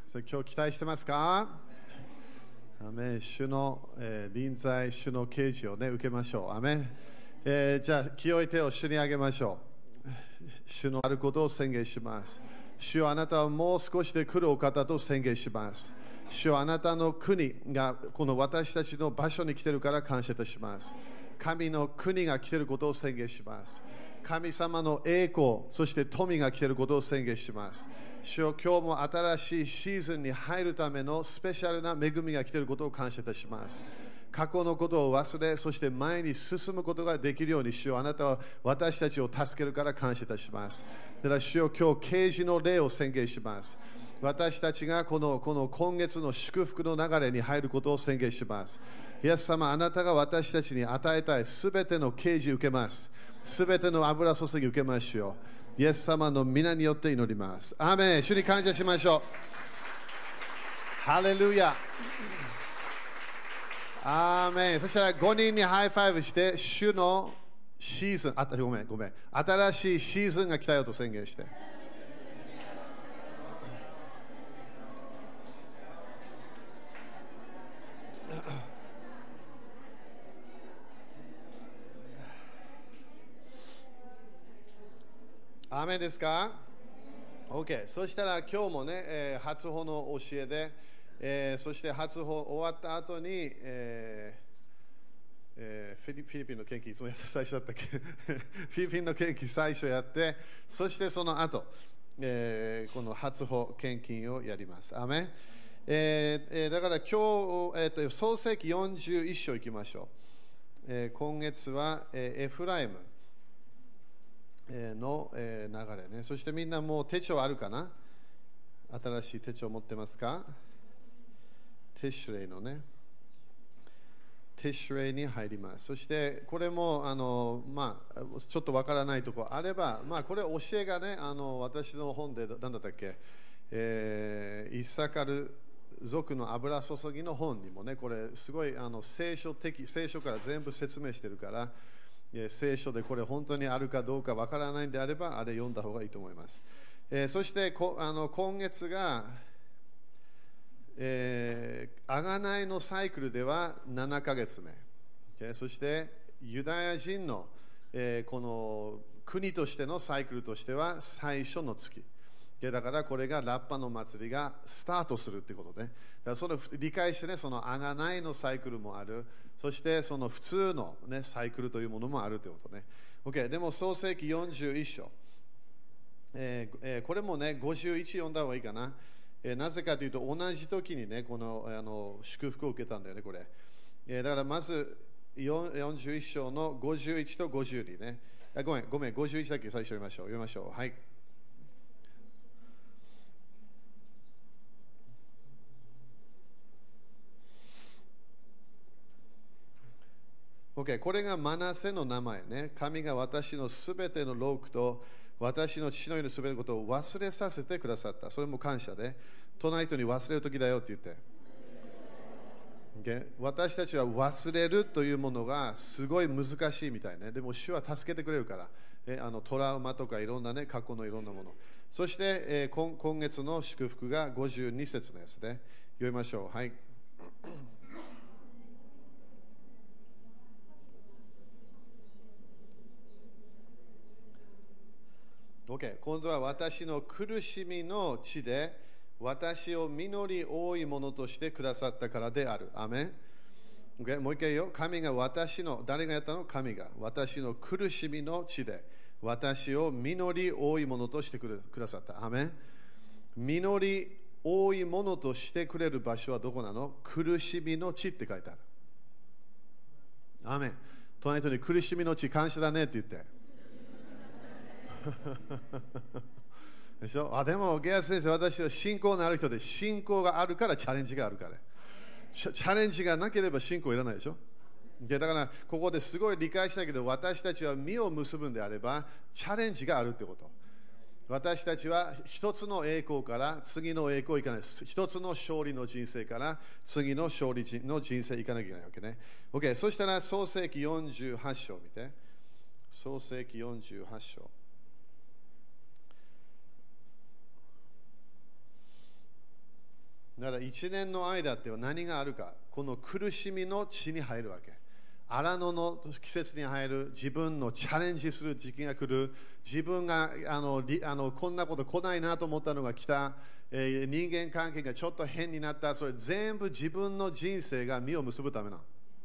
今日期待してますか？アメン。主の、臨在、主の啓示を、ね、受けましょう。アメン。じゃあ、清い手を主にあげましょう。主のあることを宣言します。主はあなたはもう少しで来るお方と宣言します。主はあなたの国がこの私たちの場所に来ているから感謝いたします。神の国が来ていることを宣言します。神様の栄光、そして富が来ていることを宣言します。主よ、今日も新しいシーズンに入るためのスペシャルな恵みが来ていることを感謝いたします。過去のことを忘れ、そして前に進むことができるように、主よ、あなたは私たちを助けるから感謝いたします。だから主よ、今日、啓示の霊を宣言します。私たちがこの今月の祝福の流れに入ることを宣言します。イエス様、あなたが私たちに与えたいすべての啓示を受けます。すべての油注ぎを受けましょう。イエス様の皆によって祈ります。アーメン。主に感謝しましょう。ハレルヤ。アーメン。そしたら5人にハイファイブして、主のシーズン、ごめん。新しいシーズンが来たよと宣言して。アーメンですか？ OK。そしたら今日もね、初歩の教えで、そして初歩終わった後に、フィリピンの献金いつもやって最初だったっけフィリピンの献金最初やって、そしてその後、この初歩献金をやります。アーメン。だから今日、創世記41章いきましょう。今月は、エフライムの流れね。そしてみんなもう手帳あるかな？新しい手帳持ってますか？テシュレイのね。テシュレイに入ります。そしてこれもちょっとわからないところあれば、これ教えがね、私の本で何だったっけ、イッサカル族の油注ぎの本にもね、これすごい聖書から全部説明してるから。聖書でこれ本当にあるかどうかわからないんであれば、あれ読んだ方がいいと思います。そして今月が、贖いのサイクルでは7ヶ月目。そしてユダヤ人の、この国としてのサイクルとしては最初の月。だからこれがラッパの祭りがスタートするということで、だからそれを理解してね、その贖いのサイクルもある、そしてその普通の、ね、サイクルというものもあるということね。OK。でも創世記41章、これもね、51読んだ方がいいかな。なぜかというと、同じ時にね、この祝福を受けたんだよね、これ。だからまず41章の51と52ね。ごめん、51だけ最初読みましょう。はい。これがマナセの名前ね。神が私のすべての労苦と私の父のようにすべてのことを忘れさせてくださった。それも感謝で、隣人に忘れる時だよって言って。私たちは忘れるというものがすごい難しいみたいね。でも主は助けてくれるから。トラウマとかいろんなね、過去のいろんなもの。そして、今月の祝福が52節のやつで、読みましょう。はい。今度は私の苦しみの地で私を実り多いものとしてくださったからである。アメン。もう一回よ。神が誰がやったの？神が私の苦しみの地で私を実り多いものとしてくださった。アメン。実り多いものとしてくれる場所はどこなの？苦しみの地って書いてある。アメン。隣人に苦しみの地感謝だねって言って。でしょ？でもゲアス先生、私は信仰のある人で、信仰があるからチャレンジがあるから。チャレンジがなければ信仰いらないでしょ？だからここですごい理解したけど、私たちは実を結ぶんであればチャレンジがあるってこと。私たちは一つの栄光から次の栄光いかないです。一つの勝利の人生から次の勝利の人生いかなきゃいけないわけね。OK。そしたら創世記48章見て。創世記48章。 だから1年の間って何があるか、この苦しみの地に入るわけ。荒野の季節に入る、自分のチャレンジする時期が来る、自分がこんなこと来ないなと思ったのが来た、人間関係がちょっと変になった、それ全部自分の人生が実を結ぶためなの。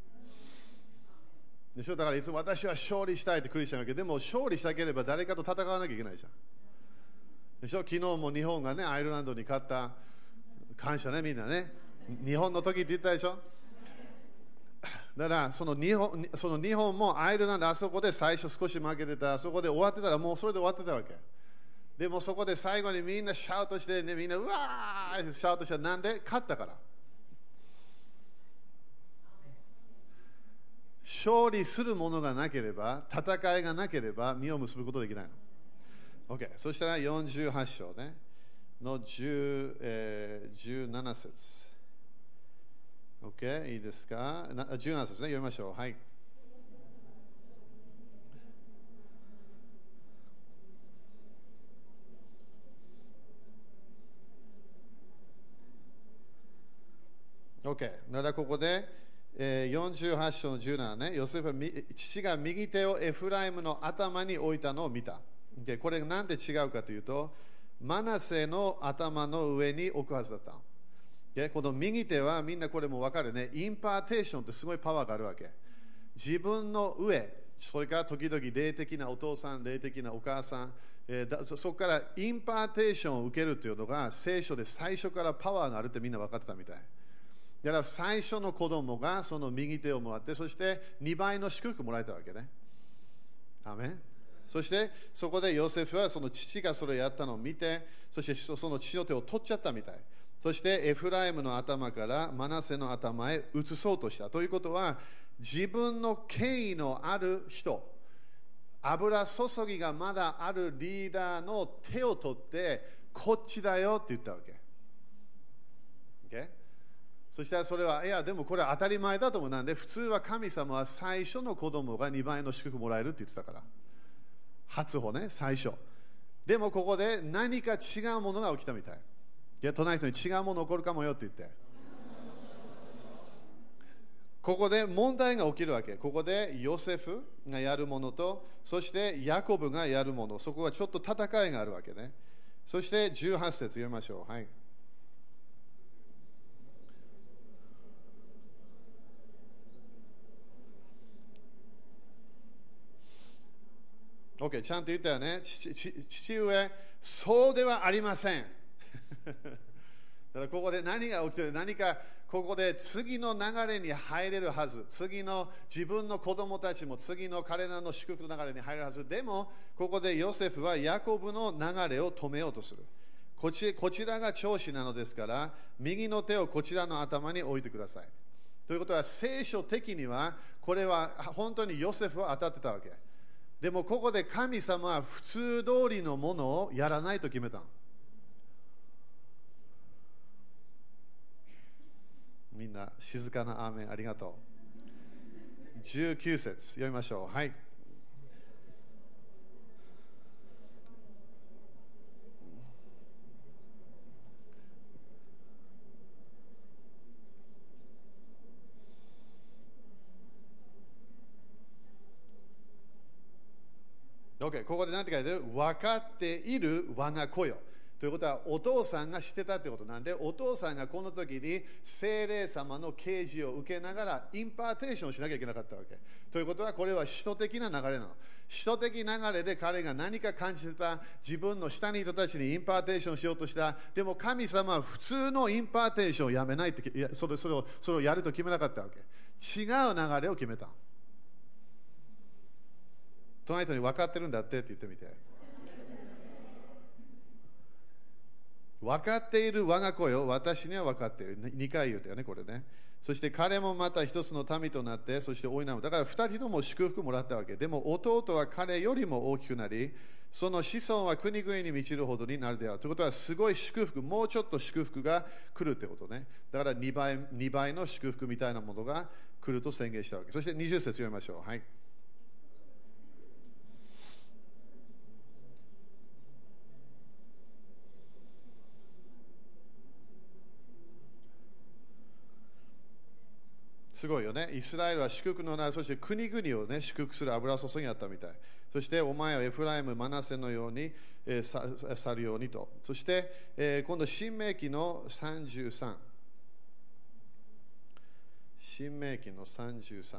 でしょ。だからいつも私は勝利したいってクリスチャンだけど、でも勝利したければ誰かと戦わなきゃいけないじゃん。でしょ。昨日も日本がね、アイルランドに勝った。感謝ね、みんなね。日本の時って言ったでしょ。だからその日本もアイルランド、あそこで最初少し負けてた、あそこで終わってたらもうそれで終わってたわけ。でもそこで最後にみんなシャウトして、ね、みんなうわーシャウトした。なんで勝ったから。勝利するものがなければ、戦いがなければ実を結ぶことできないの。OK。そしたら48章ね。の17節。OK、いいですか。17節ね、読みましょう。はい。OK。ならここで、48章の17ね、ヨセフは父が右手をエフライムの頭に置いたのを見た。でこれが何で違うかというと、マナセの頭の上に置くはずだった。でこの右手はみんなこれも分かるね。インパーテーションってすごいパワーがあるわけ。自分の上、それから時々霊的なお父さん、霊的なお母さん、そこからインパーテーションを受けるというのが聖書で最初からパワーがあるってみんな分かってたみたい。だから最初の子供がその右手をもらって、そして2倍の祝福もらえたわけね。アメン。そしてそこでヨセフはその父がそれをやったのを見て、そしてその父の手を取っちゃったみたい。そしてエフライムの頭からマナセの頭へ移そうとした。ということは、自分の権威のある人、油注ぎがまだあるリーダーの手を取って、こっちだよって言ったわけ。Okay？ そしたらそれは、いや、でもこれは当たり前だと思う。なんで、普通は神様は最初の子供が2倍の祝福もらえるって言ってたから。初歩ね、最初。でもここで何か違うものが起きたみたい。いや、隣の人に違うもの起こるかもよって言って。ここで問題が起きるわけ。ここでヨセフがやるものと、そしてヤコブがやるもの、そこはちょっと戦いがあるわけね。そして18節読みましょう。はい。OK、ちゃんと言ったよね。父上、そうではありません。だからここで何が起きている、何かここで次の流れに入れるはず、次の自分の子供たちも次の彼らの祝福の流れに入るはず。でもここでヨセフはヤコブの流れを止めようとする。こちらが長子なのですから、右の手をこちらの頭に置いてください。ということは、聖書的にはこれは本当にヨセフは当たってたわけ。でもここで神様は普通通りのものをやらないと決めた。みんな静かなアーメンありがとう。19節読みましょう。はい。OK、ここで何て書いてある？分かっている我が子よ。ということは、お父さんが知ってたってことなんで、お父さんがこの時に聖霊様の啓示を受けながらインパーテーションをしなきゃいけなかったわけ。ということは、これは使徒的な流れなの。使徒的流れで彼が何か感じてた、自分の下にいる人たちにインパーテーションしようとした。でも神様は普通のインパーテーションをやめないって、それをやると決めなかったわけ。違う流れを決めた。隣人に分かってるんだってって言ってみて。分かっている我が子よ、私には分かっている。2回言ったよね、これね。そして彼もまた一つの民となって、そして追いなむ。だから2人とも祝福もらったわけ。でも弟は彼よりも大きくなり、その子孫は国々に満ちるほどになるである。ということは、すごい祝福、もうちょっと祝福が来るってことね。だから2倍の祝福みたいなものが来ると宣言したわけ。そして20節読みましょう。はい。 すごいよね。イスラエルは祝福のなる、そして国々を、ね、祝福する油注ぎあったみたい。そしてお前はエフライム、マナセのように、去るようにと。そして、今度、新明記の33。新明記の33。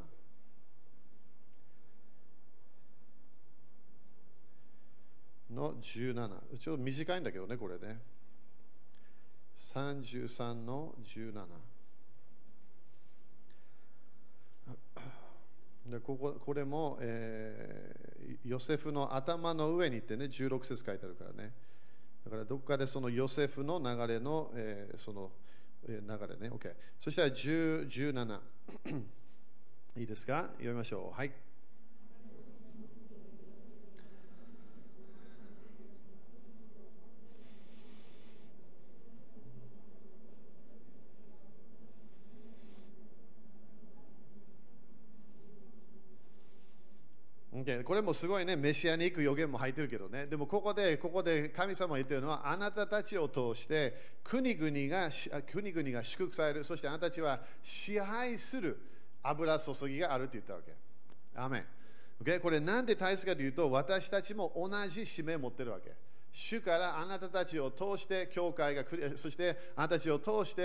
の17。ちょっと短いんだけどね、これね。33の17。でこれも、ヨセフの頭の上にってね、16節書いてあるからね。だからどこかでそのヨセフの流れの、その流れね。OK。そしたら17。いいですか？読みましょう。はい。これもすごいね、メシアに行く予言も入ってるけどね、でもここで神様が言ってるのは、あなたたちを通して国々が祝福される、そしてあなたたちは支配する油注ぎがあると言ったわけ。アメン。これなんで大切かというと、私たちも同じ使命を持ってるわけ。主からあなたたちを通して教会が、そしてあなたたちを通して、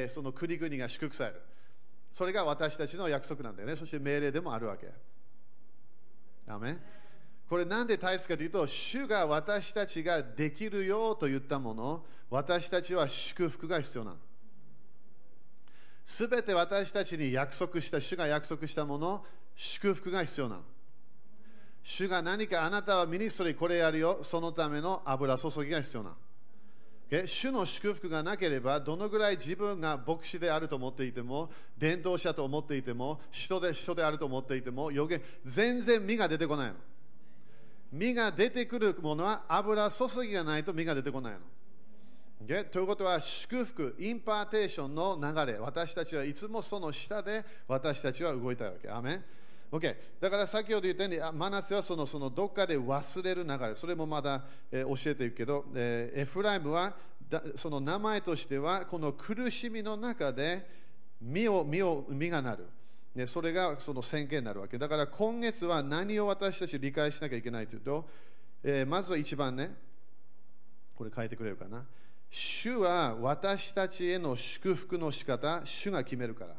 その国々が祝福される。それが私たちの約束なんだよね。そして命令でもあるわけ。アメン。これなんで大切かというと、主が私たちができるよと言ったもの、私たちは祝福が必要なの。すべて私たちに約束した、主が約束したもの、祝福が必要なの。主が何かあなたはミニストリーこれやるよ、そのための油注ぎが必要なの。主の祝福がなければ、どのぐらい自分が牧師であると思っていても、伝道者と思っていても、人であると思っていても、全然実が出てこないの。実が出てくるものは油注ぎがないと実が出てこないの。ということは、祝福、インパーテーションの流れ、私たちはいつもその下で私たちは動いたわけ。アメン。Okay、だから先ほど言ったように、マナセはそのどっかで忘れる流れ、それもまだ、教えていくけど、エフライムはその名前としては、この苦しみの中で実がなる。それがその宣言になるわけ。だから今月は何を私たち理解しなきゃいけないというと、まずは一番ね、これ書いてくれるかな。主は私たちへの祝福の仕方、主が決めるから。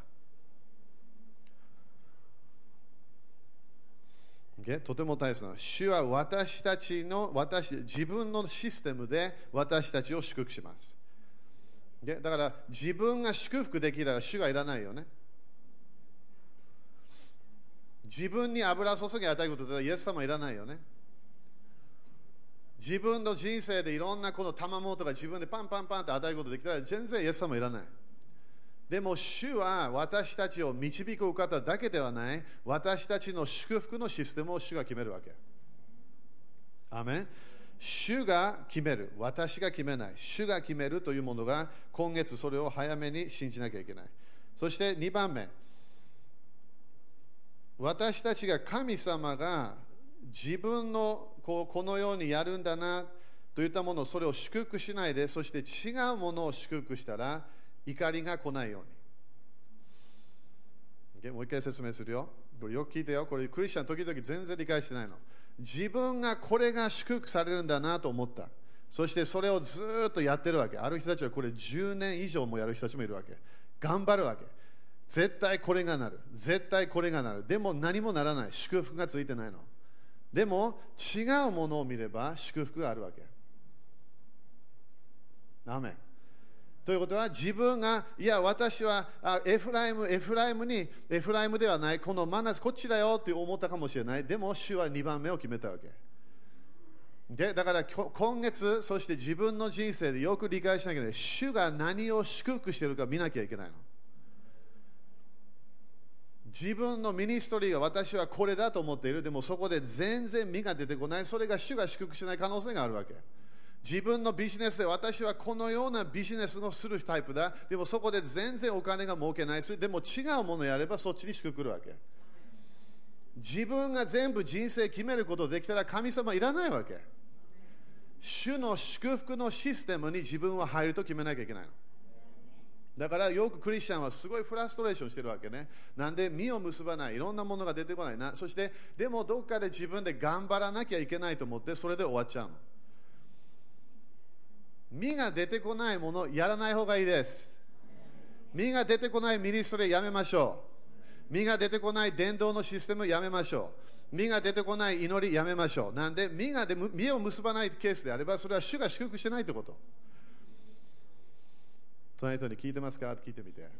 とても大切な。主は私たちの自分のシステムで私たちを祝福します。だから自分が祝福できたら主がいらないよね。自分に油注ぎ与えることでイエス様いらないよね。自分の人生でいろんなこの賜物とか自分でパンパンパンって与えることできたら全然イエス様いらない。でも主は私たちを導く方だけではない、私たちの祝福のシステムを主が決めるわけ。アメン。主が決める、私が決めない、主が決めるというものが今月それを早めに信じなきゃいけない。そして2番目、私たちが神様が自分のこのようにやるんだなといったものをそれを祝福しないで、そして違うものを祝福したら怒りが来ないように。もう一回説明するよ。これよく聞いてよ。これクリスチャン時々全然理解してないの。自分がこれが祝福されるんだなと思った。そしてそれをずっとやってるわけ。ある人たちはこれ10年以上もやる人たちもいるわけ。頑張るわけ。絶対これがなる。絶対これがなる。でも何もならない。祝福がついてないの。でも違うものを見れば祝福があるわけ。アメン。ということは自分が、いや私はエフライムではない、このマナスこっちだよって思ったかもしれない。でも主は2番目を決めたわけ。だから今月、そして自分の人生でよく理解しなきゃいけない。主が何を祝福しているか見なきゃいけないの。自分のミニストリーが私はこれだと思っている。でもそこで全然実が出てこない。それが主が祝福しない可能性があるわけ。自分のビジネスで私はこのようなビジネスをするタイプだ。でもそこで全然お金が儲けないし、でも違うものをやればそっちに祝福来るわけ。自分が全部人生決めることできたら神様いらないわけ。主の祝福のシステムに自分は入ると決めなきゃいけないの。 だからよくクリスチャンはすごいフラストレーションしてるわけね。なんで実を結ばない、いろんなものが出てこないな。そしてでもどっかで自分で頑張らなきゃいけないと思ってそれで終わっちゃうの。実が出てこないものやらない方がいいです。実が出てこないミニストリーやめましょう。実が出てこない伝道のシステムやめましょう。実が出てこない祈りやめましょう。なんで実を結ばないケースであればそれは主が祝福してないってこと。隣の人に聞いてますかって聞いてみて。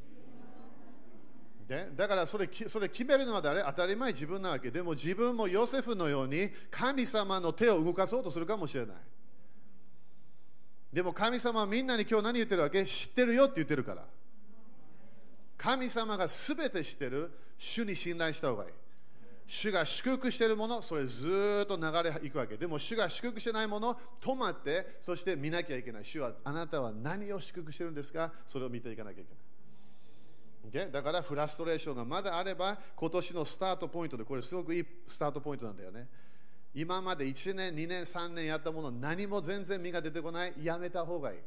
だからそれ決めるのは当たり前自分なわけ。でも自分もヨセフのように神様の手を動かそうとするかもしれない。でも神様はみんなに今日何言ってるわけ？知ってるよって言ってるから。神様が全て知ってる。主に信頼した方がいい。主が祝福しているもの、それずっと流れいくわけ。でも主が祝福してないもの、止まって、そして見なきゃいけない。主はあなたは何を祝福してるんですか？それを見ていかなきゃいけない。だからフラストレーションがまだあれば、今年のスタートポイントで、これすごくいいスタートポイントなんだよね。今まで1年、2年、3年やったもの、何も全然実が出てこない、やめた方がいい。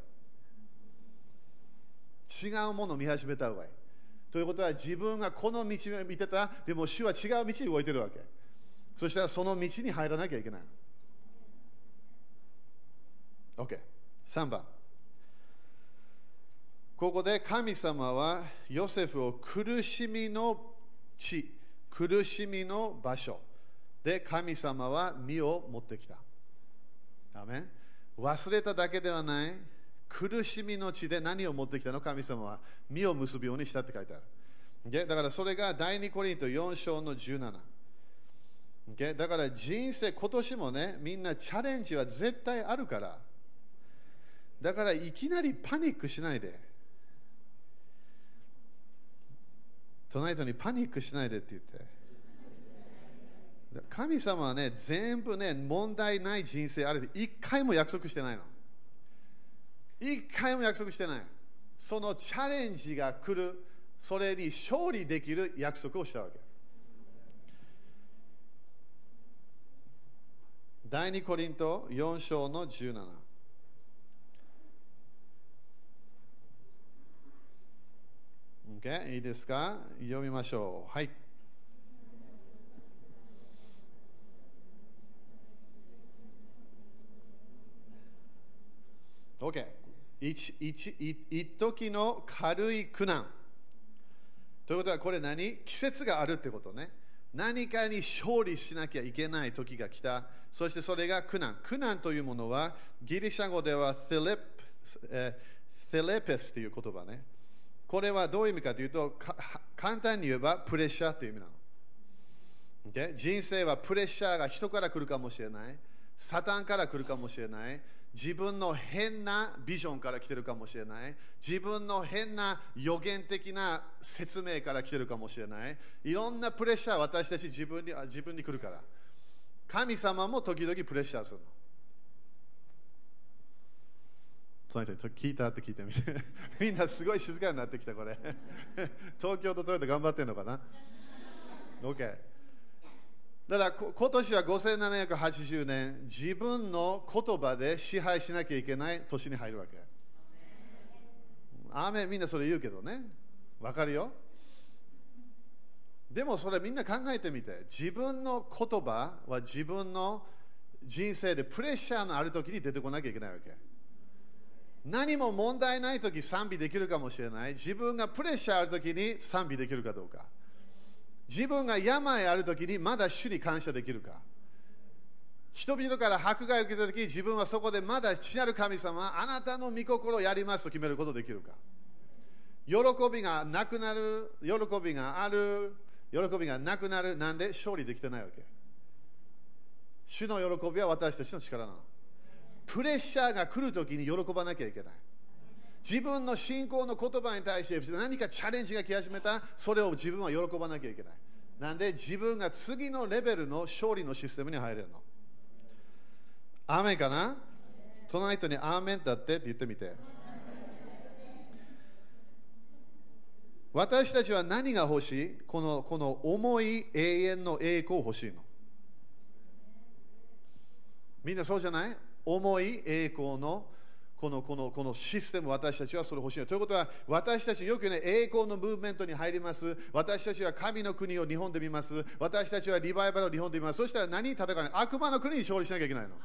違うものを見始めた方がいい。ということは自分がこの道を見てた、でも主は違う道に動いてるわけ。そしたらその道に入らなきゃいけない。OK。3番。ここで神様はヨセフを苦しみの地、苦しみの場所で神様は実を持ってきた。アメン。忘れただけではない。苦しみの地で何を持ってきたの？神様は実を結ぶようにしたって書いてある。だからそれが第2コリント4章の17。だから人生、今年もね、みんなチャレンジは絶対あるから。だからいきなりパニックしないで。隣人にパニックしないでって言って。神様はね、全部ね、問題ない人生あるって一回も約束してないの。一回も約束してない。そのチャレンジが来る、それに勝利できる約束をしたわけ。第2コリント4章の17。いいですか？読みましょう。はい。OK。一時の軽い苦難。ということはこれ何？季節があるってことね。何かに勝利しなきゃいけない時が来た。そしてそれが苦難。苦難というものはギリシャ語ではテレペスという言葉ね。これはどういう意味かというと、簡単に言えばプレッシャーという意味なの。人生はプレッシャーが人から来るかもしれない。サタンから来るかもしれない。自分の変なビジョンから来てるかもしれない。自分の変な予言的な説明から来てるかもしれない。いろんなプレッシャーは私たち自分に来るから。神様も時々プレッシャーするの。その人に聞いたって聞いてみて。みんなすごい静かになってきたこれ。東京とトヨタ頑張ってんのかな？ OK。だから今年は5780年、自分の言葉で支配しなきゃいけない年に入るわけ。アーメン、みんなそれ言うけどね。わかるよ。でもそれみんな考えてみて。自分の言葉は自分の人生でプレッシャーのある時に出てこなきゃいけないわけ。何も問題ない時賛美できるかもしれない。自分がプレッシャーある時に賛美できるかどうか。自分が病あるときにまだ主に感謝できるか。人々から迫害を受けたとき、自分はそこでまだ父なる神様、あなたの御心をやりますと決めることができるか。喜びがなくなる、喜びがある、喜びがなくなる。なんで勝利できてないわけ。主の喜びは私たちの力なの。プレッシャーが来るときに喜ばなきゃいけない。自分の信仰の言葉に対して何かチャレンジが来始めた、それを自分は喜ばなきゃいけない。なんで自分が次のレベルの勝利のシステムに入れるの。アーメンかな？隣の人にアーメンだってって言ってみて。私たちは何が欲しい？この重い永遠の栄光欲しいの。みんなそうじゃない？重い栄光のこのシステム、私たちはそれを欲しい。ということは、私たちよくね、栄光のムーブメントに入ります。私たちは神の国を日本で見ます。私たちはリバイバルを日本で見ます。そしたら何に戦うの？悪魔の国に勝利しなきゃいけないの。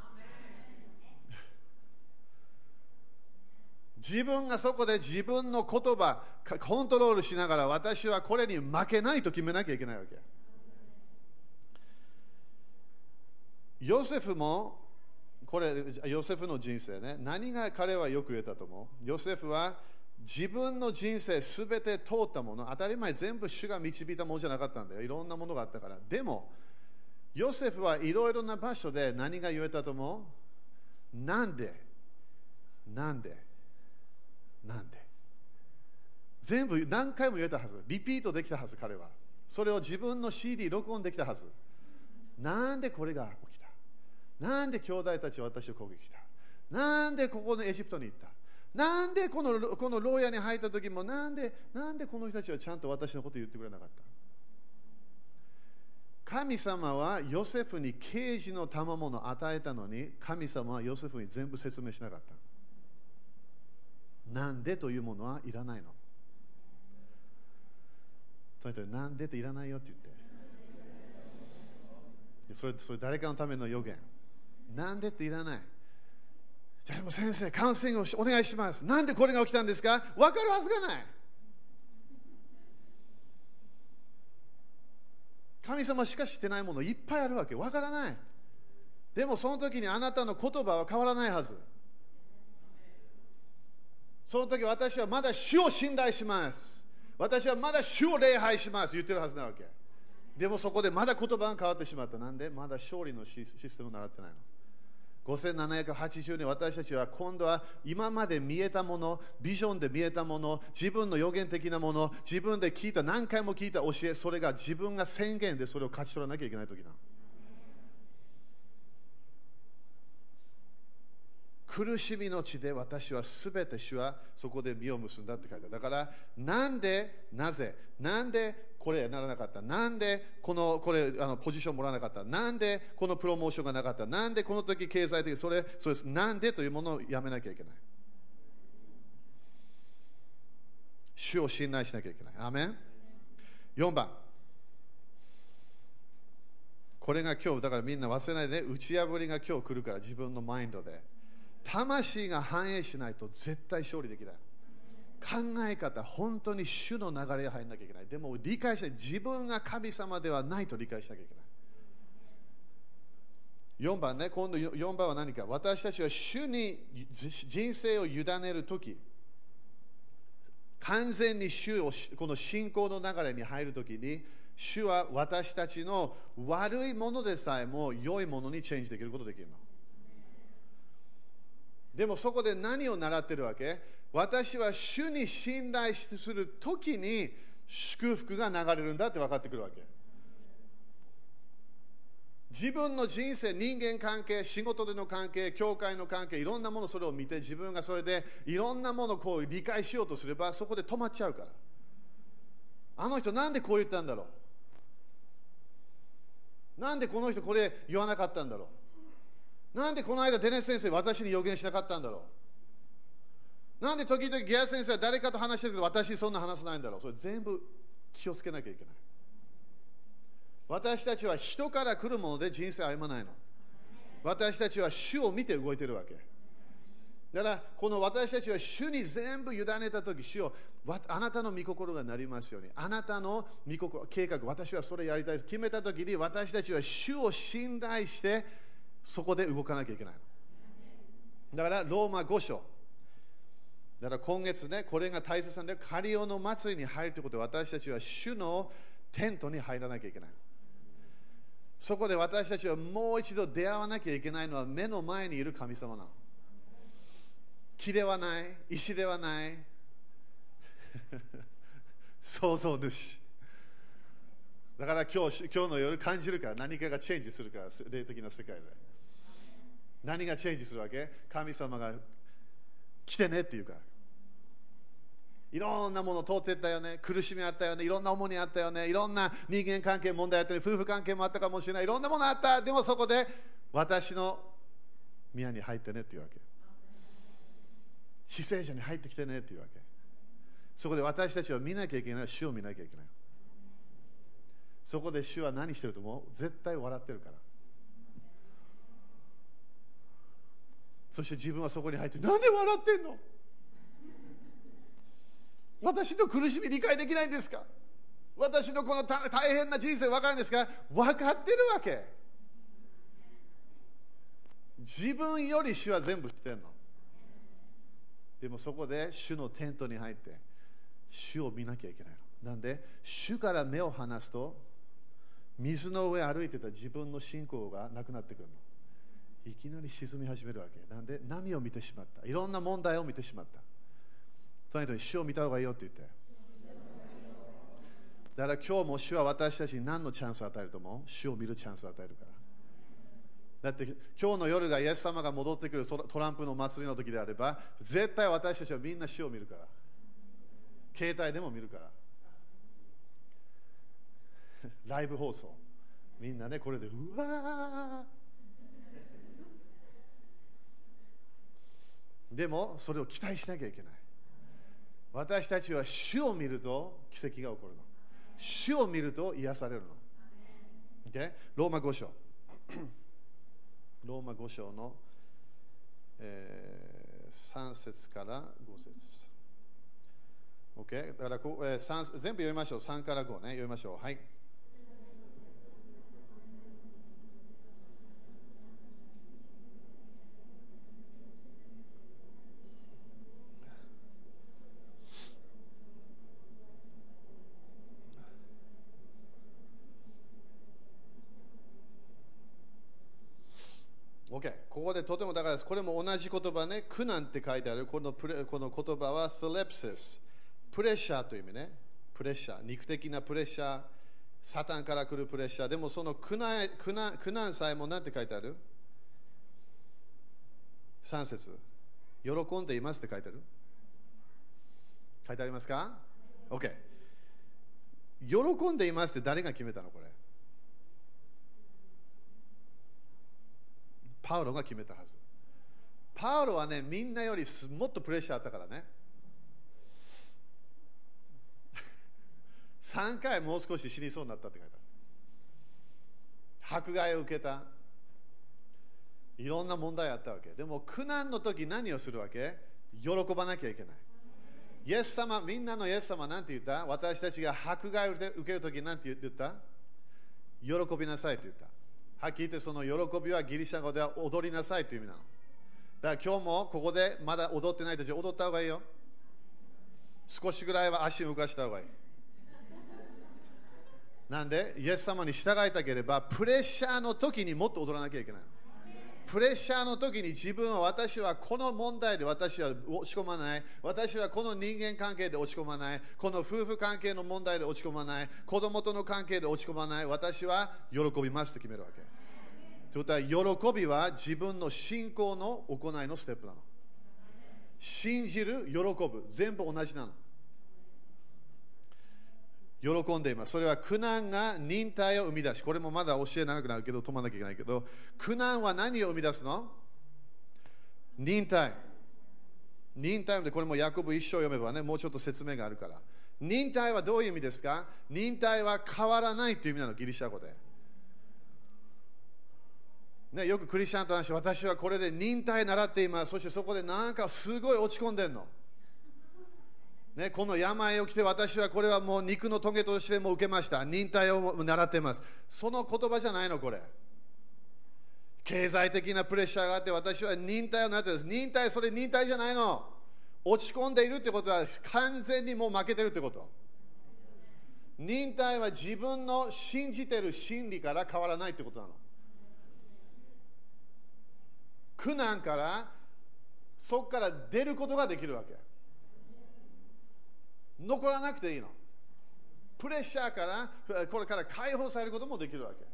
自分がそこで自分の言葉、コントロールしながら、私はこれに負けないと決めなきゃいけないわけ。ヨセフも、これ、ヨセフの人生ね、何が彼はよく言えたと思う？ヨセフは自分の人生すべて通ったもの、当たり前全部主が導いたものじゃなかったんだよ。いろんなものがあったから。でも、ヨセフはいろいろな場所で何が言えたと思う？なんで全部何回も言えたはず。リピートできたはず、彼は。それを自分の CD 録音できたはず。なんでこれが起きた？なんで兄弟たちは私を攻撃した？なんでここのエジプトに行った？なんでこの牢屋に入った時もなんでこの人たちはちゃんと私のことを言ってくれなかった？神様はヨセフに啓示の賜物を与えたのに、神様はヨセフに全部説明しなかった。なんでというものはいらないの。その人になんでっていらないよって言って。それ誰かのための予言。なんでっていらない。じゃあもう先生、カウンセリングをお願いします。なんでこれが起きたんですか？分かるはずがない。神様しか知ってないものいっぱいあるわけ。分からない。でもその時にあなたの言葉は変わらないはず。その時私はまだ主を信頼します。私はまだ主を礼拝します言ってるはずなわけ。でもそこでまだ言葉が変わってしまった。なんで？まだ勝利のシステムを習ってないの。5780年、私たちは今度は今まで見えたもの、ビジョンで見えたもの、自分の予言的なもの、自分で聞いた、何回も聞いた教え、それが自分が宣言でそれを勝ち取らなきゃいけない時なの。苦しみの地で私はすべて主はそこで実を結んだって書いてある。だからなんで、なぜ、なんでこれならなかった、なんでこれポジションもらわなかった、なんでこのプロモーションがなかった、なんでこの時経済的、そうです、なんでというものをやめなきゃいけない。主を信頼しなきゃいけない。アーメン。4番、これが今日だからみんな忘れないで、打ち破りが今日来るから、自分のマインドで魂が反映しないと絶対勝利できない。考え方、本当に主の流れに入らなきゃいけない。でも理解して、自分が神様ではないと理解しなきゃいけない。4番ね、今度4番は何か。私たちは主に人生を委ねるとき、完全に主をこの信仰の流れに入るときに、主は私たちの悪いものでさえも良いものにチェンジできることができるの。でもそこで何を習ってるわけ？私は主に信頼するときに祝福が流れるんだって分かってくるわけ。自分の人生、人間関係、仕事での関係、教会の関係、いろんなものそれを見て、自分がそれでいろんなものをこう理解しようとすれば、そこで止まっちゃうから。あの人なんでこう言ったんだろう、なんでこの人これ言わなかったんだろう、なんでこの間デネス先生私に予言しなかったんだろう、なんで時々ギア先生は誰かと話してるけど私にそんな話さないんだろう。それ全部気をつけなきゃいけない。私たちは人から来るもので人生を歩まないの。私たちは主を見て動いてるわけだから、この私たちは主に全部委ねたとき、主をあなたの御心がなりますように、あなたの御心計画、私はそれやりたいです決めたときに、私たちは主を信頼してそこで動かなきゃいけないの。だからローマ5章だから今月ね、これが大切なんで、カリオの祭りに入るということで、私たちは主のテントに入らなきゃいけない。そこで私たちはもう一度出会わなきゃいけないのは、目の前にいる神様なの。木ではない、石ではない創造主だから今日の夜感じるから、何かがチェンジするから、霊的な世界で何がチェンジするわけ？神様が来てねって言うから。いろんなもの通っていったよね、苦しみあったよね、いろんな重荷あったよね、いろんな人間関係問題あったり、夫婦関係もあったかもしれない、いろんなものあった。でもそこで私の宮に入ってねっていうわけ。 死聖所に入ってきてねっていうわけ。そこで私たちは見なきゃいけない、主を見なきゃいけない。そこで主は何してると思う？絶対笑ってるから。そして自分はそこに入って、なんで笑ってんの？私の苦しみ理解できないんですか？私のこの大変な人生分かるんですか？分かってるわけ。自分より主は全部知ってるの。でもそこで主のテントに入って主を見なきゃいけないの。なんで主から目を離すと水の上歩いてた自分の信仰がなくなってくるの。いきなり沈み始めるわけ。なんで波を見てしまった。いろんな問題を見てしまった。とにかく主を見た方がいいよって言って。だから今日も主は私たちに何のチャンスを与えると思う？主を見るチャンスを与えるから。だって今日の夜がイエス様が戻ってくるトランプの祭りの時であれば、絶対私たちはみんな主を見るから。携帯でも見るから。ライブ放送。みんなね、これでうわー。でもそれを期待しなきゃいけない。私たちは主を見ると奇跡が起こるの。主を見ると癒されるの。Okay? ローマ5章。ローマ5章の、3節から5節。Okay? だから全部読みましょう。3から5ね。読みましょう。はい。OK、ここでとてもだからこれも同じ言葉ね、苦難って書いてある。この言葉は thalepsis、プレッシャーという意味ね。プレッシャー、肉的なプレッシャー、サタンから来るプレッシャー。でもその苦難さえも何て書いてある？ 3 節。喜んでいますって書いてある？書いてありますか？ OK。喜んでいますって誰が決めたのこれ？パウロが決めたはず。パウロはね、みんなよりもっとプレッシャーあったからね。3回もう少し死にそうになったって書いてある。迫害を受けた。いろんな問題あったわけ。でも苦難の時何をするわけ？喜ばなきゃいけない。イエス様、みんなのイエス様なんて言った？私たちが迫害を受ける時なんて言った？喜びなさいって言った。はっきり言ってその喜びはギリシャ語では踊りなさいという意味なの。だから今日もここでまだ踊ってない人たち踊った方がいいよ。少しぐらいは足を動かした方がいい。なんでイエス様に従いたければプレッシャーの時にもっと踊らなきゃいけない。プレッシャーの時に自分は私はこの問題で私は落ち込まない。私はこの人間関係で落ち込まない。この夫婦関係の問題で落ち込まない。子供との関係で落ち込まない。私は喜びますと決めるわけ。ということは喜びは自分の信仰の行いのステップなの。信じる、喜ぶ、全部同じなの。喜んでいます。それは苦難が忍耐を生み出し、これもまだ教え長くなるけど止まらなきゃいけないけど、苦難は何を生み出すの？忍耐。忍耐でこれもヤコブ一章読めばね、もうちょっと説明があるから。忍耐はどういう意味ですか？忍耐は変わらないという意味なの、ギリシャ語で。ね、よくクリスチャンと話して、私はこれで忍耐習っています。そしてそこでなんかすごい落ち込んでるの。ね、この病を来て私はこれはもう肉の棘としても受けました。忍耐を習っています。その言葉じゃないの、これ。経済的なプレッシャーがあって私は忍耐を習っています。忍耐、それ忍耐じゃないの。落ち込んでいるってことは完全にもう負けてるってこと。忍耐は自分の信じている真理から変わらないってことなの。苦難からそこから出ることができるわけ。残らなくていいの。プレッシャーからこれから解放されることもできるわけ。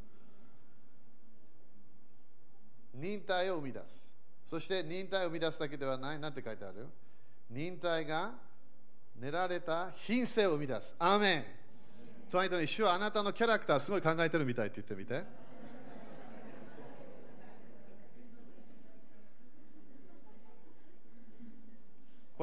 忍耐を生み出す。そして忍耐を生み出すだけではない。なんて書いてある？忍耐が練られた品性を生み出す。アーメン。隣に主はあなたのキャラクターすごい考えてるみたいって言ってみて。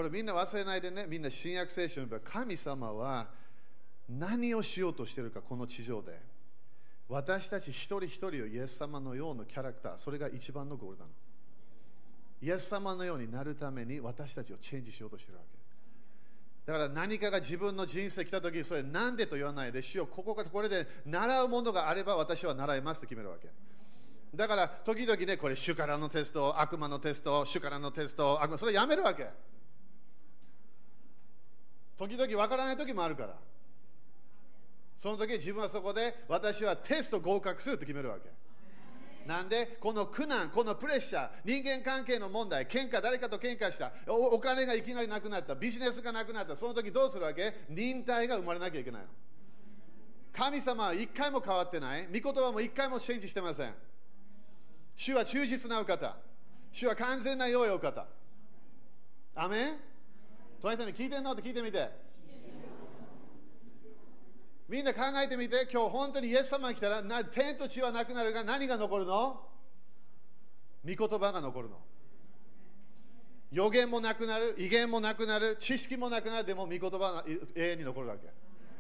れみんな忘れないでね、みんな新約聖書に言えば神様は何をしようとしているか、この地上で。私たち一人一人をイエス様のようなキャラクター、それが一番のゴールなの。イエス様のようになるために私たちをチェンジしようとしているわけ。だから何かが自分の人生来たとき、それなんでと言わないで、主よ、これで習うものがあれば私は習いますと決めるわけ。だから時々ね、これ主からのテスト、悪魔のテスト、主からのテスト、それやめるわけ。時々わからない時もあるから。その時自分はそこで私はテスト合格すると決めるわけ。なんでこの苦難、このプレッシャー、人間関係の問題、喧嘩、誰かと喧嘩した、お金がいきなりなくなった、ビジネスがなくなった、その時どうするわけ？忍耐が生まれなきゃいけないの。神様は一回も変わってない。御言葉も一回もチェンジしてません。主は忠実なお方。主は完全な良いお方。アメン？隣人に聞いてんのって聞いてみて。みんな考えてみて、今日本当にイエス様が来たら天と地はなくなるが何が残るの？御言葉が残るの。予言もなくなる、威厳もなくなる、知識もなくなる、でも御言葉が永遠に残るわけ。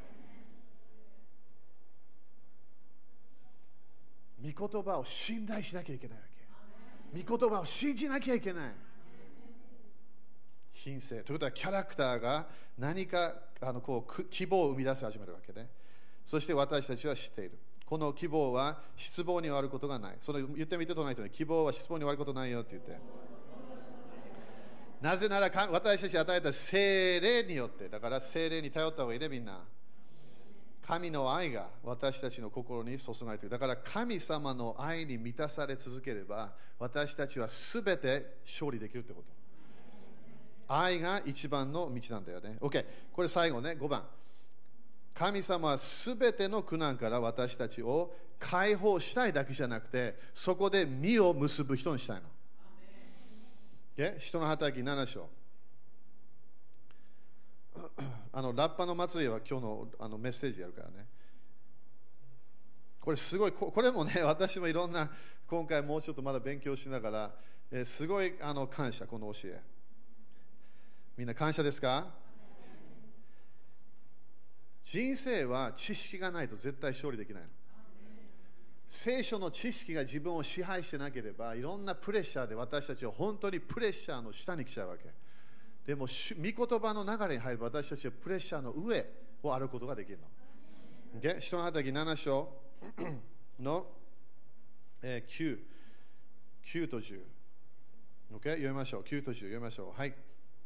御言葉を信頼しなきゃいけないわけ。御言葉を信じなきゃいけない。品性ということはキャラクターが何か希望を生み出し始めるわけね。そして私たちは知っている。この希望は失望に終わることがない。それ言ってみてとない人に、希望は失望に終わることないよって言って。なぜなら私たち与えた聖霊によって、だから聖霊に頼った方がいいね、みんな。神の愛が私たちの心に注がれている。だから神様の愛に満たされ続ければ、私たちはすべて勝利できるってこと。愛が一番の道なんだよね。OK。これ最後ね、5番。神様はすべての苦難から私たちを解放したいだけじゃなくて、そこで実を結ぶ人にしたいの。使徒の働き7章。ラッパの祭りは今日のメッセージやるからね。これすごい、これもね、私もいろんな、今回もうちょっとまだ勉強しながら、すごい感謝、この教え。みんな感謝ですか？人生は知識がないと絶対勝利できないの。聖書の知識が自分を支配してなければ、いろんなプレッシャーで私たちは本当にプレッシャーの下に来ちゃうわけ。でも、御言葉の流れに入れば私たちはプレッシャーの上を歩くことができるの。使徒の働き7章の9と10。読みましょう。9と10読みましょう。はい。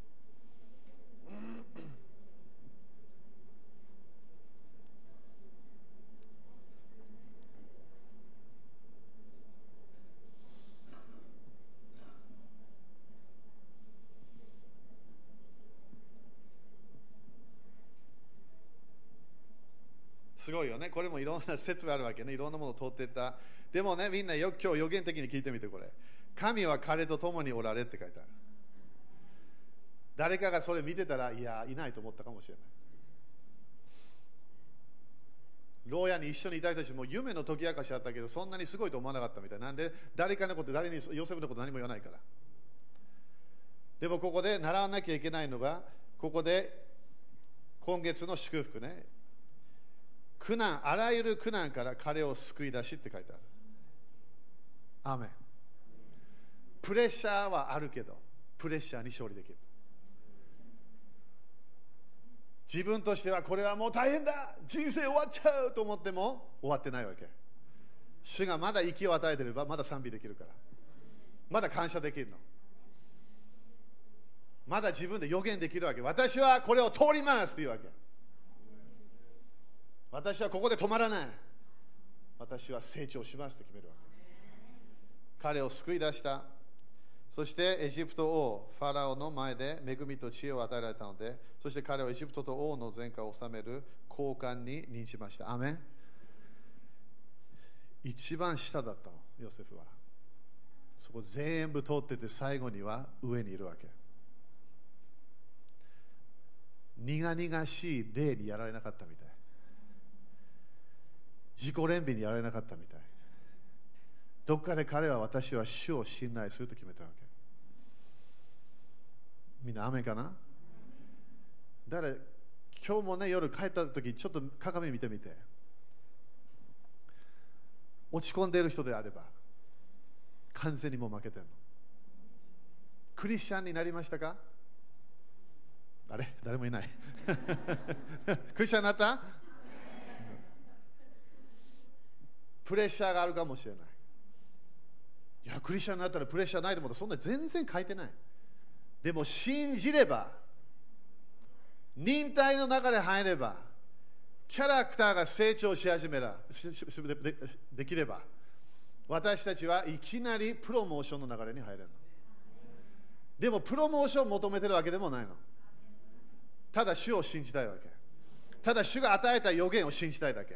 すごいよね。これもいろんな説があるわけね。いろんなものを通っていった。でもね、みんな今日予言的に聞いてみてこれ。神は彼と共におられって書いてある。誰かがそれ見てたら、いや、いないと思ったかもしれない。牢屋に一緒にいた人たちも夢の解き明かしあったけど、そんなにすごいと思わなかったみたいなんで、誰かのこと、誰にヨセフのこと何も言わないから。でもここで習わなきゃいけないのが、ここで今月の祝福ね。苦難、あらゆる苦難から彼を救い出しって書いてある。アーメン。プレッシャーはあるけど、プレッシャーに勝利できる。自分としてはこれはもう大変だ、人生終わっちゃうと思っても終わってないわけ。主がまだ息を与えていればまだ賛美できるから、まだ感謝できるの。まだ自分で予言できるわけ。私はこれを通りますっていうわけ。私はここで止まらない。私は成長しますと決めるわけ。彼を救い出した。そしてエジプト王ファラオの前で恵みと知恵を与えられたので、そして彼はエジプトと王の前科を治める高官に任じました。アメン。一番下だったの、ヨセフは。そこ全部通ってて最後には上にいるわけ。苦々しい霊にやられなかったみたい。自己憐憫にやられなかったみたい。どっかで彼は私は主を信頼すると決めたわけ。みんなアメンかな？ だから今日もね、夜帰った時ちょっと鏡見てみて、落ち込んでいる人であれば完全にもう負けてるの。クリスチャンになりましたか？あれ誰もいないクリスチャンになった？プレッシャーがあるかもしれない。いや、クリスチャンになったらプレッシャーないと思ったら、そんな全然書いてない。でも信じれば、忍耐の中で入れば、キャラクターが成長し始めら できれば、私たちはいきなりプロモーションの流れに入れるの。でもプロモーションを求めてるわけでもないの。ただ主を信じたいわけ。ただ主が与えた予言を信じたいだけ。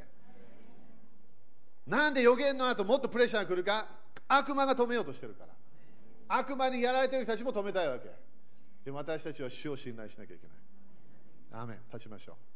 なんで予言の後もっとプレッシャーが来るか？悪魔が止めようとしてるから。悪魔にやられている人たちも止めたいわけ。でも私たちは主を信頼しなきゃいけない。アーメン。立ちましょう。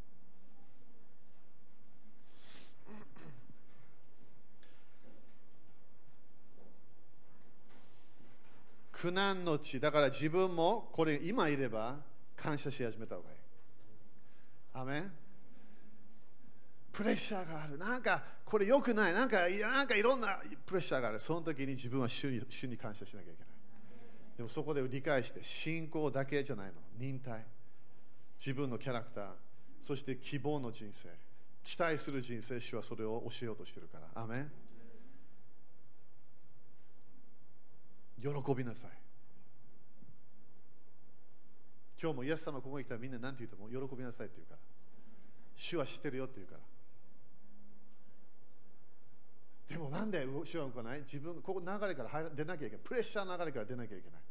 苦難の地だから自分もこれ今いれば感謝し始めた方がいい。アーメン。プレッシャーがある。なんかこれ良くない。なんかいろんなプレッシャーがある。その時に自分は主に感謝しなきゃいけない。でもそこで理解して、信仰だけじゃないの。忍耐。自分のキャラクター。そして希望の人生。期待する人生。主はそれを教えようとしているから。アーメン。喜びなさい。今日もイエス様ここに来たらみんな何て言うとも喜びなさいって言うから。主は知ってるよって言うから。でもなんで主は動かない？自分ここ流れから出なきゃいけない。プレッシャーの流れから出なきゃいけない。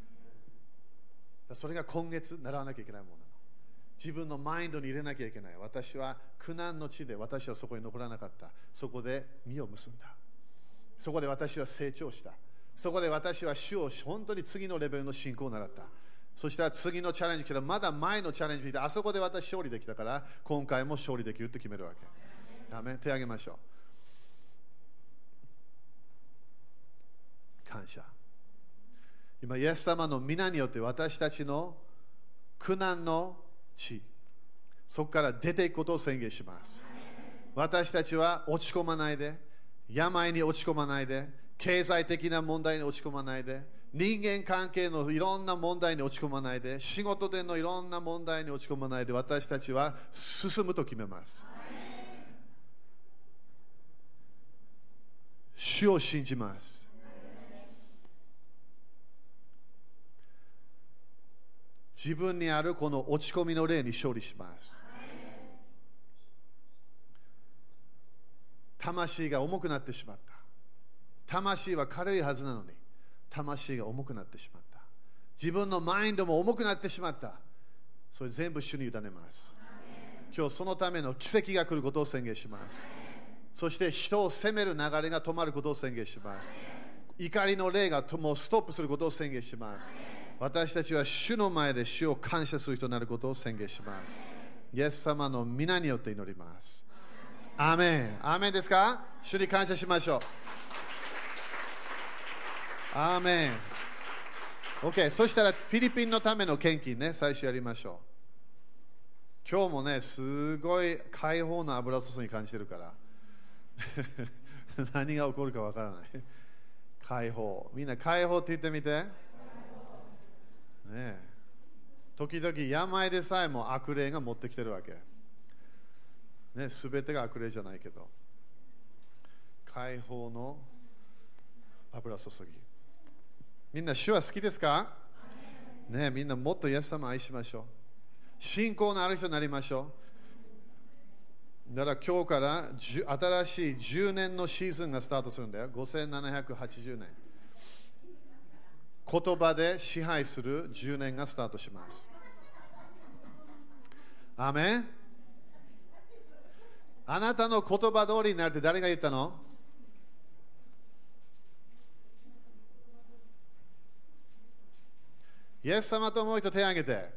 それが今月習わなきゃいけないものなの。自分のマインドに入れなきゃいけない。私は苦難の地で私はそこに残らなかった。そこで実を結んだ。そこで私は成長した。そこで私は主を本当に次のレベルの信仰を習った。そしたら次のチャレンジからまだ前のチャレンジ見て、あそこで私勝利できたから今回も勝利できるって決めるわけ。アメン。手を挙げましょう。感謝。今イエス様の皆によって私たちの苦難の地、そこから出ていくことを宣言します。私たちは落ち込まないで、病に落ち込まないで、経済的な問題に落ち込まないで、人間関係のいろんな問題に落ち込まないで、仕事でのいろんな問題に落ち込まないで、私たちは進むと決めます。主を信じます。自分にあるこの落ち込みの霊に勝利します。魂が重くなってしまった。魂は軽いはずなのに、魂が重くなってしまった。自分のマインドも重くなってしまった。それ全部主に委ねます。今日そのための奇跡が来ることを宣言します。そして人を責める流れが止まることを宣言します。怒りの霊がもうストップすることを宣言します。私たちは主の前で主を感謝する人になることを宣言します。イエス様の皆によって祈ります。アーメン。アーメンですか？主に感謝しましょう。アーメン。OK。そしたらフィリピンのための献金ね、最初やりましょう。今日もね、すごい解放の油注ぎ感じてるから何が起こるかわからない。解放。みんな解放って言ってみて。ね、時々病でさえも悪霊が持ってきてるわけ。ね、全てが悪霊じゃないけど。解放の油注ぎ。みんな主は好きですか？ね、みんなもっとイエス様を愛しましょう。信仰のある人になりましょう。だから今日から新しい10年のシーズンがスタートするんだよ。5780年。言葉で支配する10年がスタートします。アーメン。あなたの言葉通りになるって誰が言ったの？イエス様と思う人手を挙げて。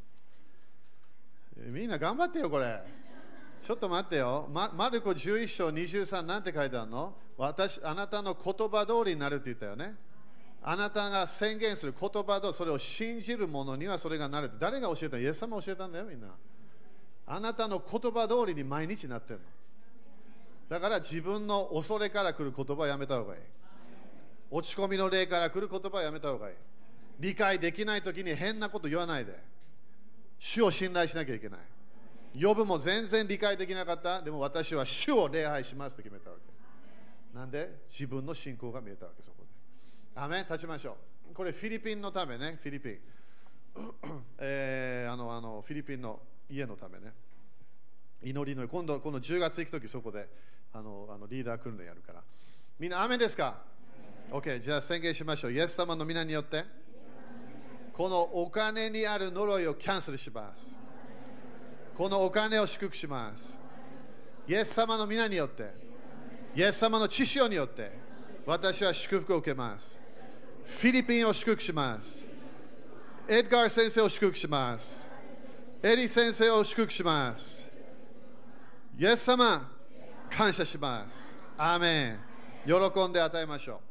みんな頑張ってよこれ。ちょっと待ってよ。マルコ11章23なんて書いてあるの？あなたの言葉通りになるって言ったよね。 あなたが宣言する言葉とそれを信じる者にはそれがなる。誰が教えたの？イエス様教えたんだよ、みんな。あなたの言葉通りに毎日なってるの。だから自分の恐れから来る言葉はやめた方がいい。落ち込みの霊から来る言葉はやめた方がいい。理解できないときに変なこと言わないで。主を信頼しなきゃいけない。ヨブも全然理解できなかった。でも私は主を礼拝しますと決めたわけ。なんで自分の信仰が見えたわけ、そこで。アメン。立ちましょう。これフィリピンのためね、フィリピン。フィリピンの家のためね。祈りの、今度この10月行くときそこでリーダー訓練やるから。みんなアメンですか？ OK、じゃあ宣言しましょう。イエス様の皆によって、このお金にある呪いをキャンセルします。このお金を祝福します。イエス様の皆によって、イエス様の血潮によって、私は祝福を受けます。フィリピンを祝福します。エドガー先生を祝福します。エリ先生を祝福します。イエス様、感謝します。アーメン。喜んで与えましょう。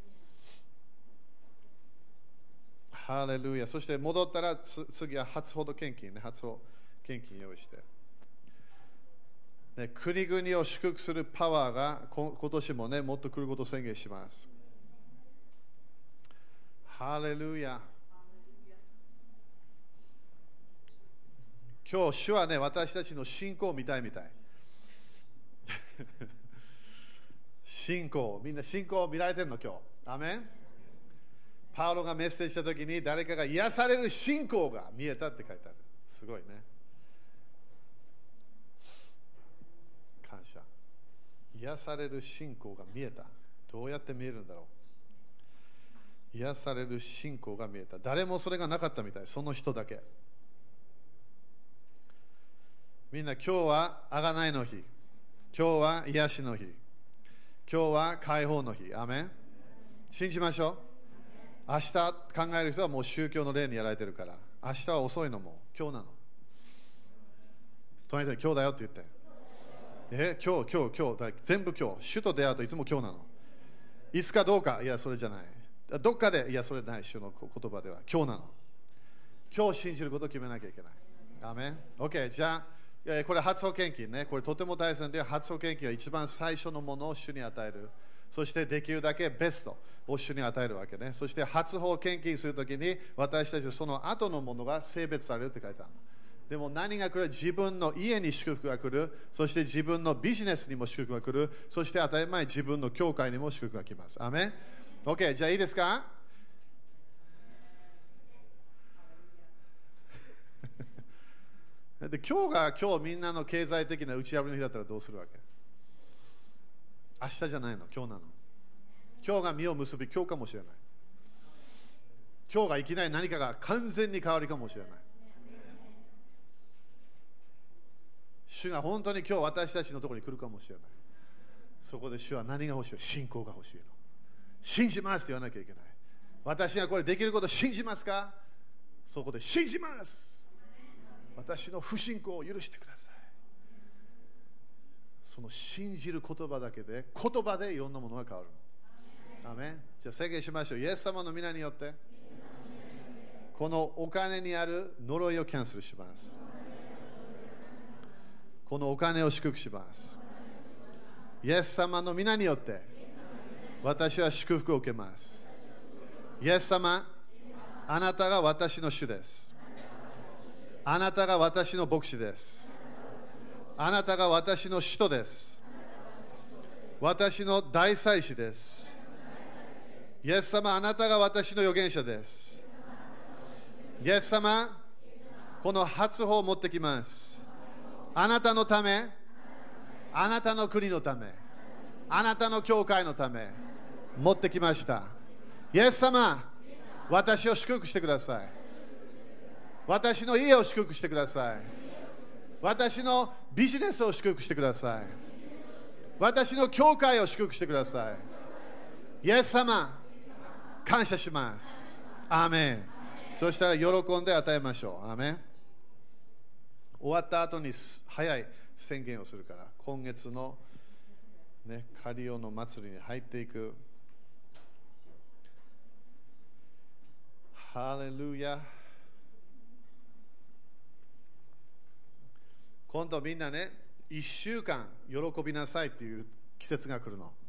ハレルヤ。そして戻ったら次は初ほど献金ね。初ほど献金用意して。ね、国々を祝福するパワーが今年もね、もっと来ることを宣言します。ハレルヤ。今日、主はね、私たちの信仰を見たいみたい。信仰、みんな信仰を見られてるの今日。アメン。パウロがメッセージしたときに誰かが癒される信仰が見えたって書いてある。すごいね。感謝。癒される信仰が見えた。どうやって見えるんだろう。癒される信仰が見えた。誰もそれがなかったみたい。その人だけ。みんな今日は贖いの日。今日は癒しの日。今日は解放の日。アメン。信じましょう。明日考える人はもう宗教の霊にやられてるから。明日は遅いのも今日なの。隣人に今日だよって言って。今日、全部今日。主と出会うといつも今日なの。いつかどうか、いや、それじゃない。どっかで、いや、それない。主の言葉では。今日なの。今日信じることを決めなきゃいけない。アメン。OK、じゃあ、これ初保献金ね。これとても大切で、初保献金は一番最初のものを主に与える。そしてできるだけベストを主に与えるわけね。そして初保献金するときに私たちその後のものが性別されるって書いてある。でも何が来る？自分の家に祝福が来る。そして自分のビジネスにも祝福が来る。そして当たり前自分の教会にも祝福が来ます。アメン。OK、じゃあいいですか？で今日みんなの経済的な打ち破りの日だったらどうするわけ？明日じゃないの、今日なの。今日が実を結び、今日かもしれない。今日がいきなり何かが完全に変わるかもしれない。主が本当に今日私たちのところに来るかもしれない。そこで主は何が欲しい？信仰が欲しいの。信じますって言わなきゃいけない。私がこれできること信じますか？そこで信じます。私の不信仰を許してください。その信じる言葉だけで、言葉でいろんなものが変わるの。アメン。じゃあ宣言しましょう。イエス様の皆によって、このお金にある呪いをキャンセルします。このお金を祝福します。イエス様の皆によって、私は祝福を受けます。イエス様、あなたが私の主です。あなたが私の牧師です。あなたが私の使徒です。私の大祭司です。イエス様、あなたが私の預言者です。イエス様、この初歩を持ってきます。あなたのため、あなたの国のため、あなたの教会のため、持ってきました。イエス様、私を祝福してください。私の家を祝福してください。私のビジネスを祝福してください。私の教会を祝福してください。イエス様、感謝します。アーメン。そしたら喜んで与えましょう。アーメン。終わった後に早い宣言をするから、今月の、カリオの祭りに入っていく。 ハレルヤ。今度みんなね、1週間喜びなさいっていう季節が来るの。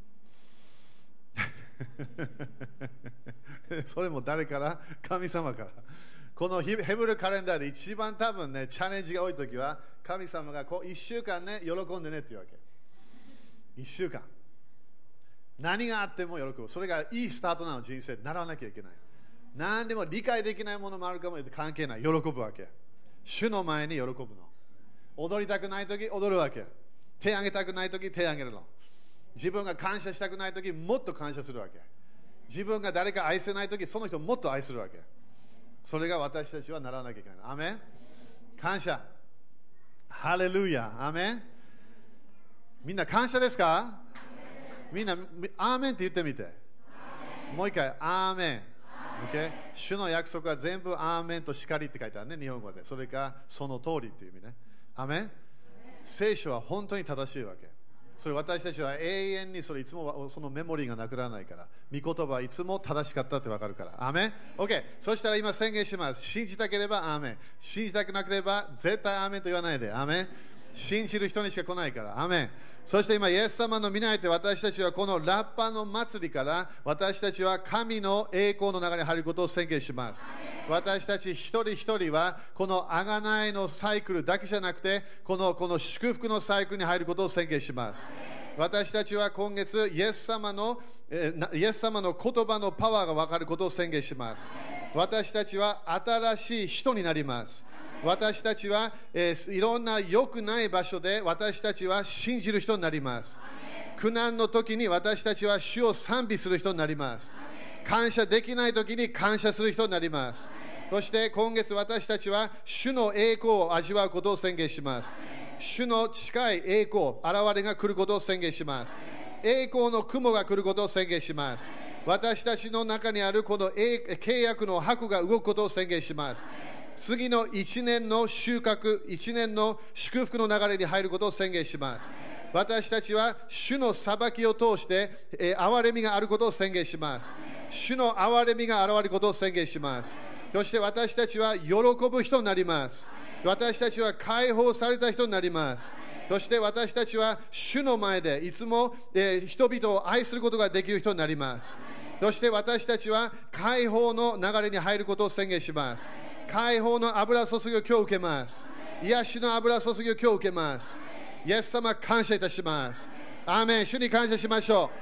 それも誰から？神様から。このヘブルカレンダーで一番多分ね、チャレンジが多いときは、神様がこう1週間ね、喜んでねっていうわけ。1週間。何があっても喜ぶ。それがいいスタートなの、人生でならなきゃいけない。何でも理解できないものもあるかも関係ない。喜ぶわけ。主の前に喜ぶの。踊りたくないとき踊るわけ。手挙げたくないとき手挙げるの。自分が感謝したくないときもっと感謝するわけ。自分が誰か愛せないときその人をもっと愛するわけ。それが私たちはならなきゃいけない。アメン。感謝。ハレルヤ。アメン。みんな感謝ですか？みんなアーメンって言ってみて。もう一回アーメン。Okay? 主の約束は全部アーメンとしかりって書いてあるね、日本語で。それがその通りっていう意味ね。アーメン。聖書は本当に正しいわけ。それ私たちは永遠にそれいつもそのメモリーがなくならないから。御言葉はいつも正しかったってわかるから。アーメン。OK。そしたら今宣言します。信じたければアーメン。信じたくなければ絶対アーメンと言わないで。アーメン。信じる人にしか来ないから。アーメン。そして今、イエス様の皆にて私たちはこのラッパの祭りから私たちは神の栄光の中に入ることを宣言します。私たち一人一人はこの贖いのサイクルだけじゃなくてこの祝福のサイクルに入ることを宣言します。私たちは今月イエス様の言葉のパワーが分かることを宣言します。私たちは新しい人になります。私たちは、いろんな良くない場所で私たちは信じる人になります。苦難の時に私たちは主を賛美する人になります。感謝できない時に感謝する人になります。そして今月私たちは主の栄光を味わうことを宣言します。主の近い栄光、現れが来ることを宣言します。栄光の雲が来ることを宣言します。私たちの中にあるこの契約の箱が動くことを宣言します。次の1年の収穫、1年の祝福の流れに入ることを宣言します。私たちは主の裁きを通して、憐れみがあることを宣言します。主の憐れみが現れることを宣言します。そして私たちは喜ぶ人になります。私たちは解放された人になります。そして私たちは主の前でいつも、人々を愛することができる人になります。そして私たちは解放の流れに入ることを宣言します。解放の油注ぎを今日受けます。癒しの油注ぎを今日受けます。イエス様感謝いたします。アーメン。主に感謝しましょ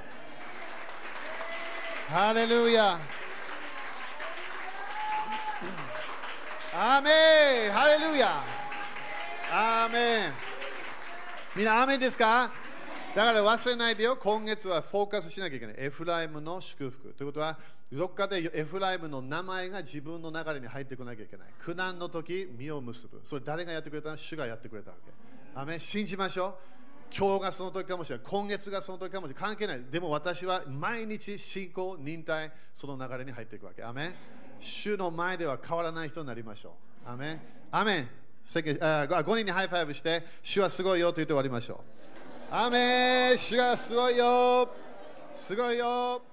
う。ハレルヤ。アーメン。ハレルヤ。アーメン。みんなアーメンですか？だから忘れないでよ。今月はフォーカスしなきゃいけない。エフライムの祝福。ということは、どっかでエフライムの名前が自分の流れに入ってこなきゃいけない。苦難の時、実を結ぶ。それ誰がやってくれたの？主がやってくれたわけ。アメン。信じましょう。今日がその時かもしれない。今月がその時かもしれない。関係ない。でも私は毎日信仰、忍耐、その流れに入っていくわけ。アメン。主の前では変わらない人になりましょう。アメン。アメン。5人にハイファイブして、主はすごいよと言って終わりましょう。アメン。主がすごいよ。すごいよ。